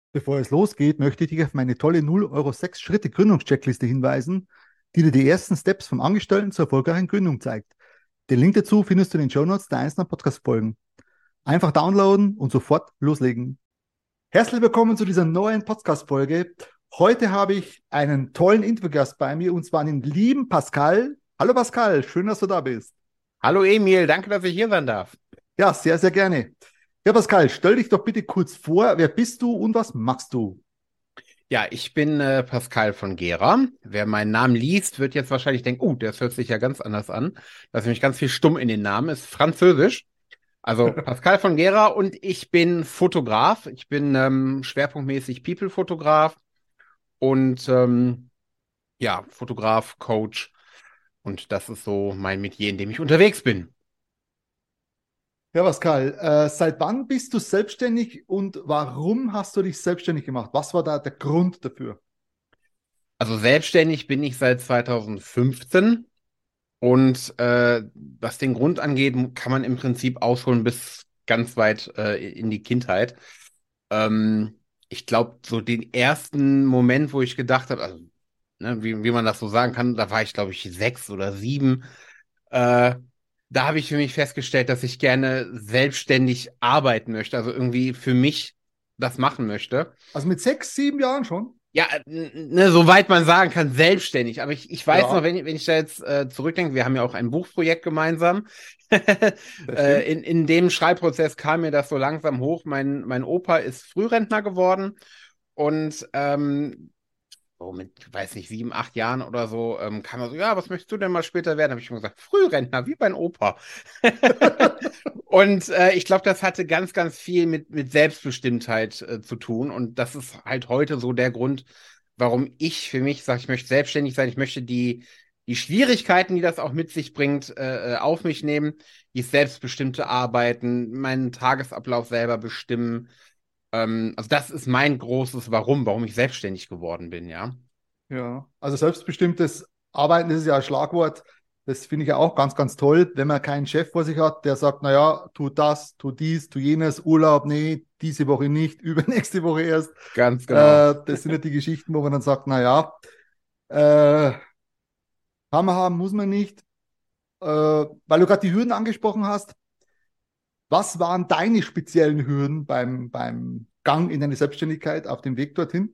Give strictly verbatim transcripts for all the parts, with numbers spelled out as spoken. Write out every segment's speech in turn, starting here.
Bevor es losgeht, möchte ich dich auf meine tolle null Euro sechs Schritte Gründungscheckliste hinweisen, die dir die ersten Steps vom Angestellten zur erfolgreichen Gründung zeigt. Den Link dazu findest du in den Shownotes der einzelnen Podcast-Folgen. Einfach downloaden und sofort loslegen. Herzlich willkommen zu dieser neuen Podcast-Folge. Heute habe ich einen tollen Interviewgast bei mir, und zwar den lieben Pascal. Hallo Pascal, schön, dass du da bist. Hallo Emil, danke, dass ich hier sein darf. Ja, sehr, sehr gerne. Ja, Pascal, stell dich doch bitte kurz vor. Wer bist du und was machst du? Ja, ich bin äh, Pascal von Gera. Wer meinen Namen liest, wird jetzt wahrscheinlich denken, oh, das hört sich ja ganz anders an. Da ist nämlich ganz viel Stumm in den Namen, ist französisch. Also Pascal von Gera und ich bin Fotograf. Ich bin ähm, schwerpunktmäßig People-Fotograf und ähm, ja, Fotograf, Coach. Und das ist so mein Metier, in dem ich unterwegs bin. Ja, Pascal, äh, seit wann bist du selbstständig und warum hast du dich selbstständig gemacht? Was war da der Grund dafür? Also selbstständig bin ich seit zweitausendfünfzehn. Und äh, was den Grund angeht, kann man im Prinzip ausholen bis ganz weit äh, in die Kindheit. Ähm, Ich glaube, so den ersten Moment, wo ich gedacht habe, also ne, wie, wie man das so sagen kann, da war ich, glaube ich, sechs oder sieben. Äh, Da habe ich für mich festgestellt, dass ich gerne selbstständig arbeiten möchte, also irgendwie für mich das machen möchte. Also mit sechs, sieben Jahren schon? Ja, n- ne, soweit man sagen kann, selbstständig. Aber ich, ich weiß noch, Ja, wenn, ich- wenn ich da jetzt äh, zurückdenke, wir haben ja auch ein Buchprojekt gemeinsam. sehr äh, schön. in, in dem Schreibprozess kam mir das so langsam hoch. Mein, mein Opa ist Frührentner geworden und ähm, so mit, weiß nicht, sieben, acht Jahren oder so, ähm, kam er so, ja, was möchtest du denn mal später werden? Habe ich immer gesagt, Frührentner, wie mein Opa. Und äh, ich glaube, das hatte ganz, ganz viel mit, mit Selbstbestimmtheit äh, zu tun. Und das ist halt heute so der Grund, warum ich für mich sage, ich möchte selbstständig sein. Ich möchte die, die Schwierigkeiten, die das auch mit sich bringt, äh, äh, auf mich nehmen. Die selbstbestimmte Arbeiten, meinen Tagesablauf selber bestimmen. Ähm, also das ist mein großes Warum, warum ich selbstständig geworden bin, ja. Ja, also selbstbestimmtes Arbeiten, das ist ja ein Schlagwort. Das finde ich ja auch ganz, ganz toll, wenn man keinen Chef vor sich hat, der sagt, naja, tu das, tu dies, tu jenes, Urlaub, nee, diese Woche nicht, übernächste Woche erst. Ganz genau. Äh, das sind ja die Geschichten, wo man dann sagt, naja, äh, kann man haben, muss man nicht. Äh, weil du gerade die Hürden angesprochen hast, was waren deine speziellen Hürden beim, beim Gang in deine Selbstständigkeit auf dem Weg dorthin?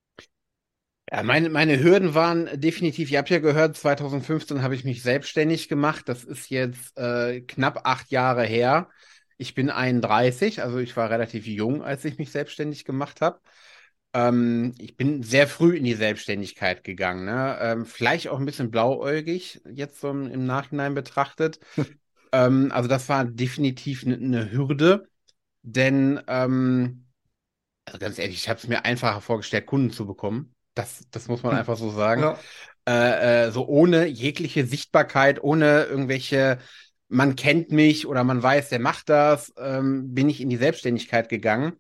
Ja, meine, meine Hürden waren definitiv, ihr habt ja gehört, zweitausendfünfzehn habe ich mich selbstständig gemacht. Das ist jetzt äh, knapp acht Jahre her. Ich bin einunddreißig, also ich war relativ jung, als ich mich selbstständig gemacht habe. Ähm, ich bin sehr früh in die Selbstständigkeit gegangen, ne? Ähm, vielleicht auch ein bisschen blauäugig, jetzt so im, im Nachhinein betrachtet. Ähm, also das war definitiv eine ne Hürde, denn ähm, also ganz ehrlich, ich habe es mir einfacher vorgestellt, Kunden zu bekommen. Das, das muss man einfach so sagen. Ja, Äh, äh, so ohne jegliche Sichtbarkeit, ohne irgendwelche, man kennt mich oder man weiß, der macht das, ähm, bin ich in die Selbstständigkeit gegangen.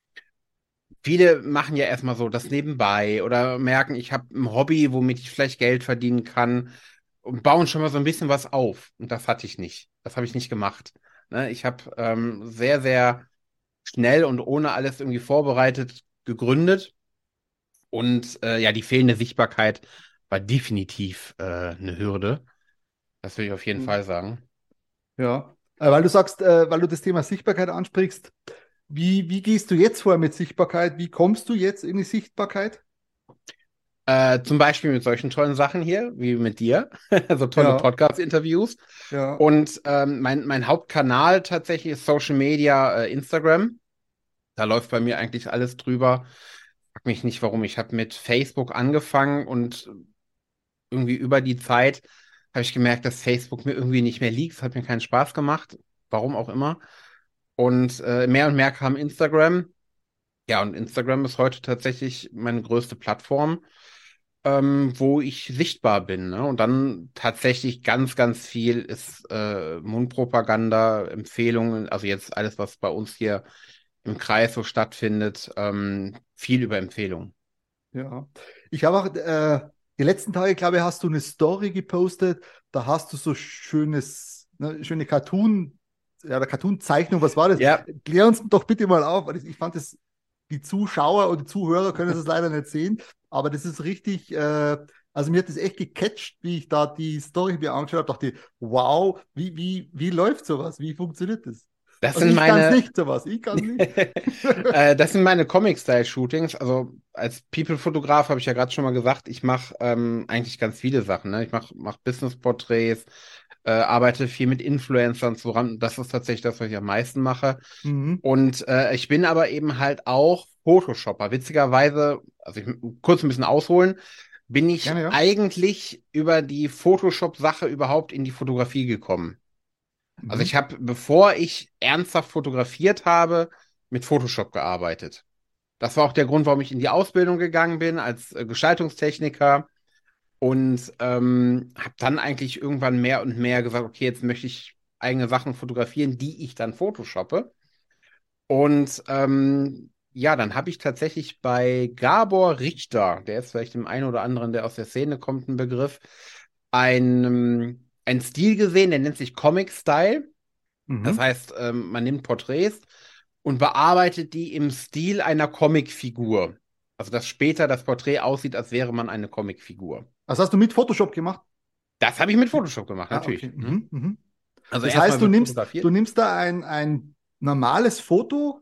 Viele machen ja erstmal so das nebenbei oder merken, ich habe ein Hobby, womit ich vielleicht Geld verdienen kann und bauen schon mal so ein bisschen was auf. Und das hatte ich nicht. Das habe ich nicht gemacht. Ne? Ich habe ähm, sehr, sehr schnell und ohne alles irgendwie vorbereitet gegründet. Und äh, ja, die fehlende Sichtbarkeit war definitiv äh, eine Hürde. Das will ich auf jeden Fall sagen. ja. Äh, weil du sagst, äh, weil du das Thema Sichtbarkeit ansprichst, wie, wie gehst du jetzt vor mit Sichtbarkeit? Wie kommst du jetzt in die Sichtbarkeit? Äh, zum Beispiel mit solchen tollen Sachen hier, wie mit dir, so tolle Ja, Podcast-Interviews. ja. Und ähm, mein, mein Hauptkanal tatsächlich ist Social Media, äh, Instagram. Da läuft bei mir eigentlich alles drüber. Frag mich nicht, warum. Ich habe mit Facebook angefangen und irgendwie über die Zeit habe ich gemerkt, dass Facebook mir irgendwie nicht mehr liegt. Es hat mir keinen Spaß gemacht. Warum auch immer. Und äh, mehr und mehr kam Instagram. Ja, und Instagram ist heute tatsächlich meine größte Plattform, ähm, wo ich sichtbar bin. Ne? Und dann tatsächlich ganz, ganz viel ist äh, Mundpropaganda, Empfehlungen, also jetzt alles, was bei uns hier im Kreis so stattfindet, ähm, viel über Empfehlungen. Ja. Ich habe auch äh, die letzten Tage, glaube ich, hast du eine Story gepostet. Da hast du so schönes, ne, schöne Cartoon, ja, oder Cartoon-Zeichnung. Was war das? Ja, Klär uns doch bitte mal auf, weil ich, ich fand das die Zuschauer und die Zuhörer können es leider nicht sehen, aber das ist richtig, äh, also mir hat das echt gecatcht, wie ich da die Story mir angeschaut habe, dachte ich, wow, wie, wie, wie läuft sowas? Wie funktioniert das? Das Also sind ich kann es meine, nicht, sowas, ich kann es nicht. äh, das sind meine Comic-Style-Shootings. Also als People-Fotograf habe ich ja gerade schon mal gesagt, ich mache ähm, eigentlich ganz viele Sachen. Ne? Ich mache mach mach Business-Porträts, äh, arbeite viel mit Influencern zusammen. Das ist tatsächlich das, was ich am meisten mache. Mhm. Und äh, ich bin aber eben halt auch Photoshopper. Witzigerweise, also ich kurz ein bisschen ausholen, bin ich Gerne, ja. eigentlich über die Photoshop-Sache überhaupt in die Fotografie gekommen. Also Mhm. ich habe, bevor ich ernsthaft fotografiert habe, mit Photoshop gearbeitet. Das war auch der Grund, warum ich in die Ausbildung gegangen bin als äh, Gestaltungstechniker und ähm, habe dann eigentlich irgendwann mehr und mehr gesagt, okay, jetzt möchte ich eigene Sachen fotografieren, die ich dann photoshoppe. Und ähm, ja, dann habe ich tatsächlich bei Gabor Richter, der ist vielleicht dem einen oder anderen, der aus der Szene kommt, ein Begriff, ein, ein Stil gesehen, der nennt sich Comic Style. Das Mhm. heißt, ähm, man nimmt Porträts und bearbeitet die im Stil einer Comicfigur. Also, dass später das Porträt aussieht, als wäre man eine Comicfigur. Was hast du mit Photoshop gemacht? Das habe ich mit Photoshop gemacht, Ah, okay. natürlich. Hm? Mhm. Mhm. Also Das heißt, erstmal du wird nimmst, du fotografiert. nimmst da ein, ein normales Foto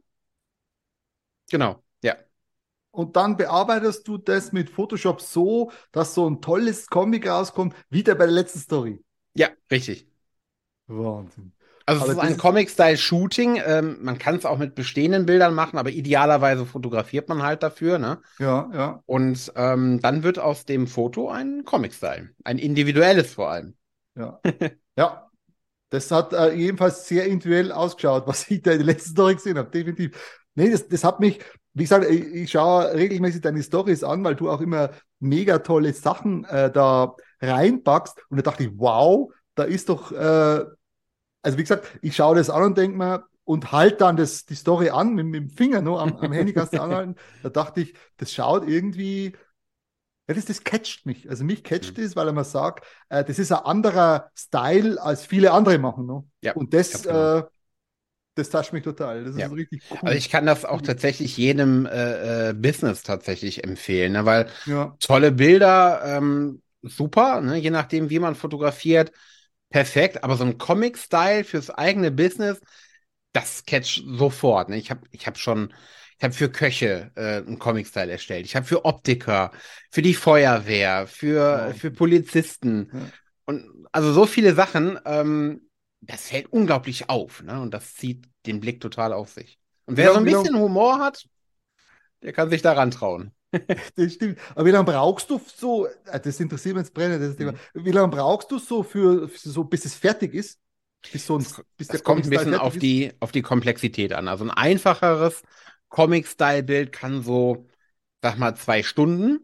Genau, ja. und dann bearbeitest du das mit Photoshop so, dass so ein tolles Comic rauskommt, wie der bei der letzten Story. Ja, richtig. Wahnsinn. Also es Aber ist das ein ist, Comic-Style-Shooting. Ähm, man kann es auch mit bestehenden Bildern machen, aber idealerweise fotografiert man halt dafür, ne? ja, ja, Und ähm, dann wird aus dem Foto ein Comic-Style. Ein individuelles vor allem. ja. Ja, das hat äh, jedenfalls sehr individuell ausgeschaut, was ich da in der letzten Story gesehen habe, definitiv. Nee, das, das hat mich, wie gesagt, ich, ich schaue regelmäßig deine Stories an, weil du auch immer mega tolle Sachen äh, da reinpackst. Und da dachte ich, wow, da ist doch, äh, also wie gesagt, ich schaue das an und denke mir, und halt dann das, die Story an mit, mit dem Finger, no, am, am Handy kannst du anhalten. Da dachte ich, das schaut irgendwie, ja, das, das catcht mich. Also mich catcht Mhm. das, weil er mir sagt, äh, das ist ein anderer Style, als viele andere machen. No? Ja, Und das, ganz genau. äh, das toucht mich total. Das Ja. ist richtig Also cool. ich kann das auch tatsächlich jedem äh, äh, Business tatsächlich empfehlen, ne? Weil Ja, tolle Bilder, ähm, super, ne? Je nachdem, wie man fotografiert, perfekt. Aber so ein Comic-Style fürs eigene Business, das catcht sofort. Ne? Ich habe ich hab schon, ich habe für Köche äh, einen Comic-Style erstellt. Ich habe für Optiker, für die Feuerwehr, für, für Wahnsinn. Polizisten Ja. und also so viele Sachen. Ähm, das fällt unglaublich auf, ne? Und das zieht den Blick total auf sich. Und Wie wer so lange, ein wie lang, bisschen Humor hat, der kann sich daran trauen. das stimmt. Aber wie lange brauchst du so, äh, das interessiert mich jetzt brennend, das Thema. Hm. Wie lange brauchst du so für, für so, bis es fertig ist? Bis so ein, Das, bis der das kommt ein Comic-Style bisschen fertig auf ist? die, auf die Komplexität an. Also ein einfacheres Comic-Style-Bild kann so, sag mal, zwei Stunden.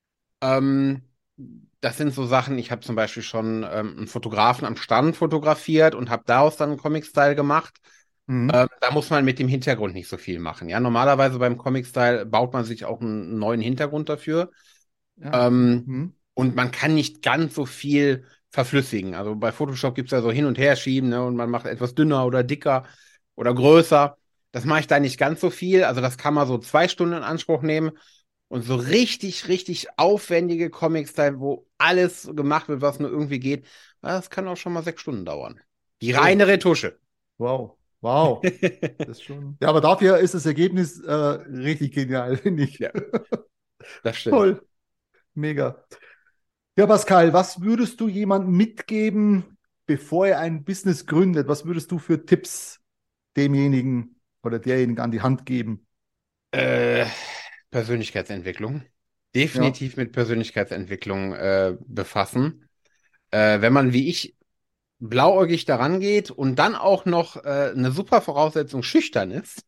Ähm, Das sind so Sachen, ich habe zum Beispiel schon ähm, einen Fotografen am Stand fotografiert und habe daraus dann einen Comic-Style gemacht. Mhm. Ähm, da muss man mit dem Hintergrund nicht so viel machen. Ja, normalerweise beim Comic-Style baut man sich auch einen neuen Hintergrund dafür. Ja, okay. Ähm, Mhm. und man kann nicht ganz so viel verflüssigen. Also bei Photoshop gibt es ja so hin und her schieben, ne, und man macht etwas dünner oder dicker oder größer. Das mache ich da nicht ganz so viel. Also das kann man so zwei Stunden in Anspruch nehmen. Und so richtig, richtig aufwendige Comic-Style, wo alles gemacht wird, was nur irgendwie geht, das kann auch schon mal sechs Stunden dauern. Die Oh, reine Retusche. wow. Wow. Das ist schon. Ja, aber dafür ist das Ergebnis äh, richtig genial, finde ich. Ja, das stimmt. Toll. Mega. Ja, Pascal, was würdest du jemandem mitgeben, bevor er ein Business gründet? Was würdest du für Tipps demjenigen oder derjenigen an die Hand geben? Äh, Persönlichkeitsentwicklung. Ja. Definitiv mit Persönlichkeitsentwicklung äh, befassen. Äh, wenn man wie ich blauäugig daran geht und dann auch noch äh, eine super Voraussetzung schüchtern ist.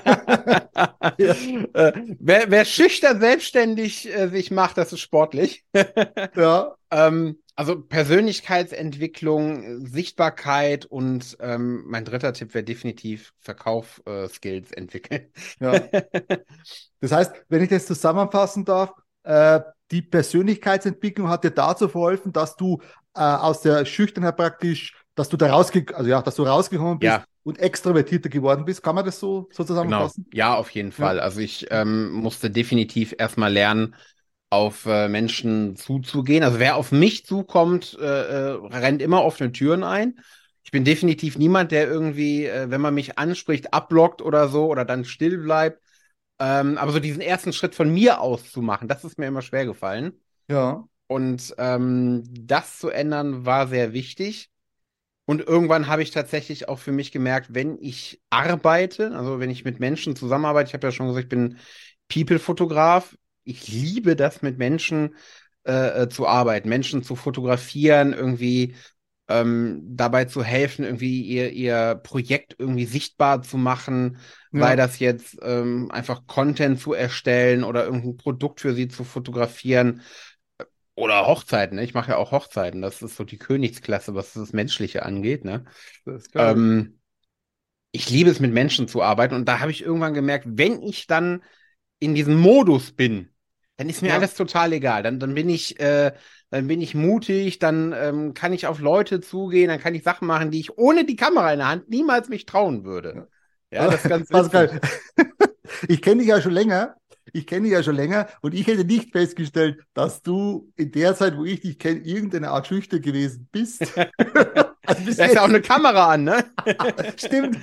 Ja. äh, wer, wer schüchtern selbstständig äh, sich macht, das ist sportlich. Ja. ähm, also Persönlichkeitsentwicklung, Sichtbarkeit und ähm, mein dritter Tipp wäre definitiv Verkauf-Skills entwickeln. Ja. Das heißt, wenn ich das zusammenfassen darf, äh, die Persönlichkeitsentwicklung hat dir dazu verholfen, dass du äh, aus der Schüchternheit praktisch dass du da rausge also ja, dass du rausgekommen bist Ja, und extrovertierter geworden bist. Kann man das so, so genau. zusammenfassen? Ja, auf jeden Ja. Fall. Also ich ähm, musste definitiv erstmal lernen, auf äh, Menschen zuzugehen. Also wer auf mich zukommt, äh, äh, rennt immer offene Türen ein. Ich bin definitiv niemand, der irgendwie, äh, wenn man mich anspricht, abblockt oder so oder dann still bleibt. Ähm, aber so diesen ersten Schritt von mir aus zu machen, das ist mir immer schwer gefallen. Ja. Und ähm, das zu ändern war sehr wichtig. Und irgendwann habe ich tatsächlich auch für mich gemerkt, wenn ich arbeite, also wenn ich mit Menschen zusammenarbeite, ich habe ja schon gesagt, ich bin People-Fotograf. Ich liebe das, mit Menschen äh, äh, zu arbeiten, Menschen zu fotografieren, irgendwie ähm, dabei zu helfen, irgendwie ihr, ihr Projekt irgendwie sichtbar zu machen, sei Ja. das jetzt ähm, einfach Content zu erstellen oder irgendein Produkt für sie zu fotografieren. Oder Hochzeiten, ne? Ich mache ja auch Hochzeiten. Das ist so die Königsklasse, was das Menschliche angeht, ne? Das glaube ich. Ähm, ich liebe es, mit Menschen zu arbeiten. Und da habe ich irgendwann gemerkt, wenn ich dann in diesem Modus bin, dann ist mir Ja. alles total egal. Dann, dann bin ich, äh, dann bin ich mutig, dann ähm, kann ich auf Leute zugehen, dann kann ich Sachen machen, die ich ohne die Kamera in der Hand niemals mich trauen würde. Ja. Ja, das ist ganz witzig. Pascal, ich kenne dich ja schon länger. Ich kenne dich ja schon länger und ich hätte nicht festgestellt, dass du in der Zeit, wo ich dich kenne, irgendeine Art schüchtern gewesen bist. Also bis Da ist ja auch jetzt. eine Kamera an, ne? Stimmt.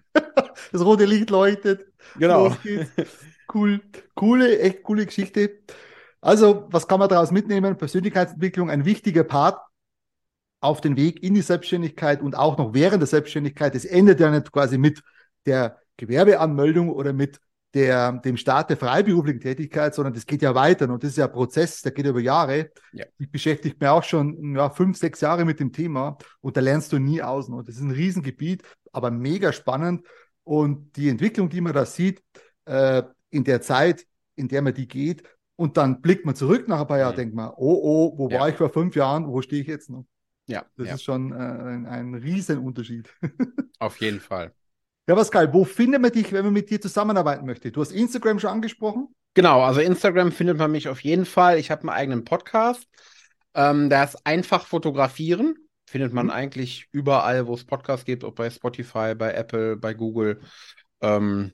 Das rote Licht leuchtet. Genau. Los geht's. Cool. Coole, echt coole Geschichte. Also, was kann man daraus mitnehmen? Persönlichkeitsentwicklung, ein wichtiger Part auf den Weg in die Selbstständigkeit und auch noch während der Selbstständigkeit. Es endet ja nicht quasi mit der Gewerbeanmeldung oder mit der, dem Start der freiberuflichen Tätigkeit, sondern das geht ja weiter und das ist ja ein Prozess, der geht über Jahre. Ja. Ich beschäftige mich auch schon ja, fünf, sechs Jahre mit dem Thema und da lernst du nie aus. Und das ist ein Riesengebiet, aber mega spannend. Und die Entwicklung, die man da sieht, äh, in der Zeit, in der man die geht, und dann blickt man zurück nach ein paar Jahren, Mhm. denkt man, oh, oh, wo Ja. war ich vor fünf Jahren, wo stehe ich jetzt noch? Ja, Das ja, ist schon äh, ein, ein Riesenunterschied. auf jeden Fall. Ja, Pascal, wo findet man dich, wenn man mit dir zusammenarbeiten möchte? Du hast Instagram schon angesprochen. Genau, also Instagram findet man mich auf jeden Fall. Ich habe einen eigenen Podcast. Ähm, der ist einfach fotografieren. Findet man Mhm. eigentlich überall, wo es Podcasts gibt, ob bei Spotify, bei Apple, bei Google. Ähm,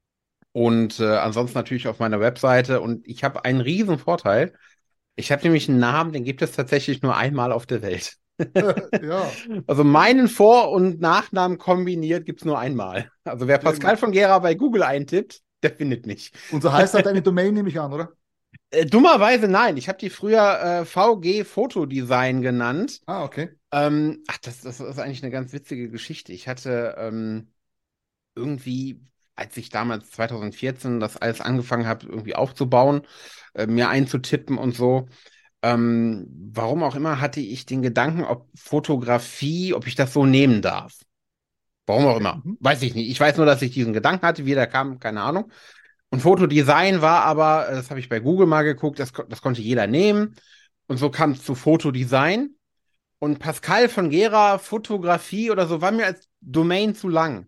und äh, ansonsten natürlich auf meiner Webseite. Und ich habe einen riesen Vorteil. Ich habe nämlich einen Namen, den gibt es tatsächlich nur einmal auf der Welt. Ja, Also meinen Vor- und Nachnamen kombiniert gibt es nur einmal. Also wer sehr gut. Pascal von Gera bei Google eintippt, der findet mich. Und so heißt halt deine Domain, nehme ich an, oder? Äh, dummerweise nein. Ich habe die früher äh, V G Fotodesign genannt. Ah, okay. Ähm, ach, das, das ist eigentlich eine ganz witzige Geschichte. Ich hatte ähm, irgendwie, als ich damals zwanzig vierzehn das alles angefangen habe, irgendwie aufzubauen, äh, mir einzutippen und so, ähm, warum auch immer hatte ich den Gedanken, ob Fotografie, ob ich das so nehmen darf. Warum auch Okay. immer. Mhm. Weiß ich nicht. Ich weiß nur, dass ich diesen Gedanken hatte, wie der kam, keine Ahnung. Und Fotodesign war aber, äh, das habe ich bei Google mal geguckt, das, ko- das konnte jeder nehmen. Und so kam es zu Fotodesign. Und Pascal von Gera, Fotografie oder so, war mir als Domain zu lang.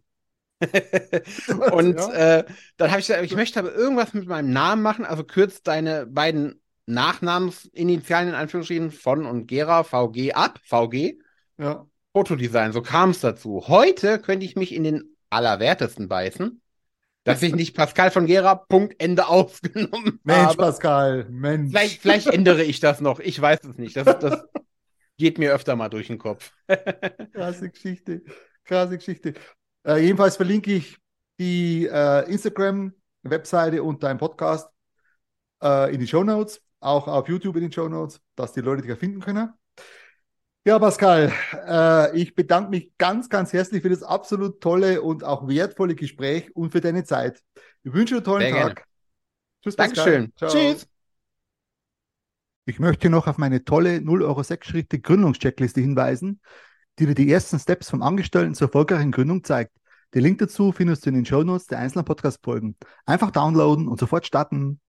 Und Ja, äh, dann habe ich gesagt, ich möchte aber irgendwas mit meinem Namen machen, also kürzt deine beiden Nachnamensinitialen in Anführungsstrichen von und Gera, V G ab, V G, ja. Fotodesign, so kam es dazu. Heute könnte ich mich in den Allerwertesten beißen, dass ich nicht Pascal von Gera, Punkt, Ende aufgenommen Mensch, habe. Pascal, Vielleicht, Mensch. vielleicht ändere ich das noch, ich weiß es nicht. Das, das geht mir öfter mal durch den Kopf. Krasse Geschichte. Krasse Geschichte. Äh, jedenfalls verlinke ich die äh, Instagram-Webseite und deinen Podcast äh, in die Shownotes, auch auf YouTube in den Shownotes, dass die Leute dich ja finden können. Ja, Pascal, äh, ich bedanke mich ganz, ganz herzlich für das absolut tolle und auch wertvolle Gespräch und für deine Zeit. Ich wünsche dir einen tollen Sehr gerne. Tag. Tschüss, Pascal. Dankeschön. Ciao. Tschüss. Ich möchte noch auf meine tolle null Euro sechs Schritte Gründungscheckliste hinweisen, die dir die ersten Steps vom Angestellten zur erfolgreichen Gründung zeigt. Den Link dazu findest du in den Shownotes der einzelnen Podcast-Folgen. Einfach downloaden und sofort starten.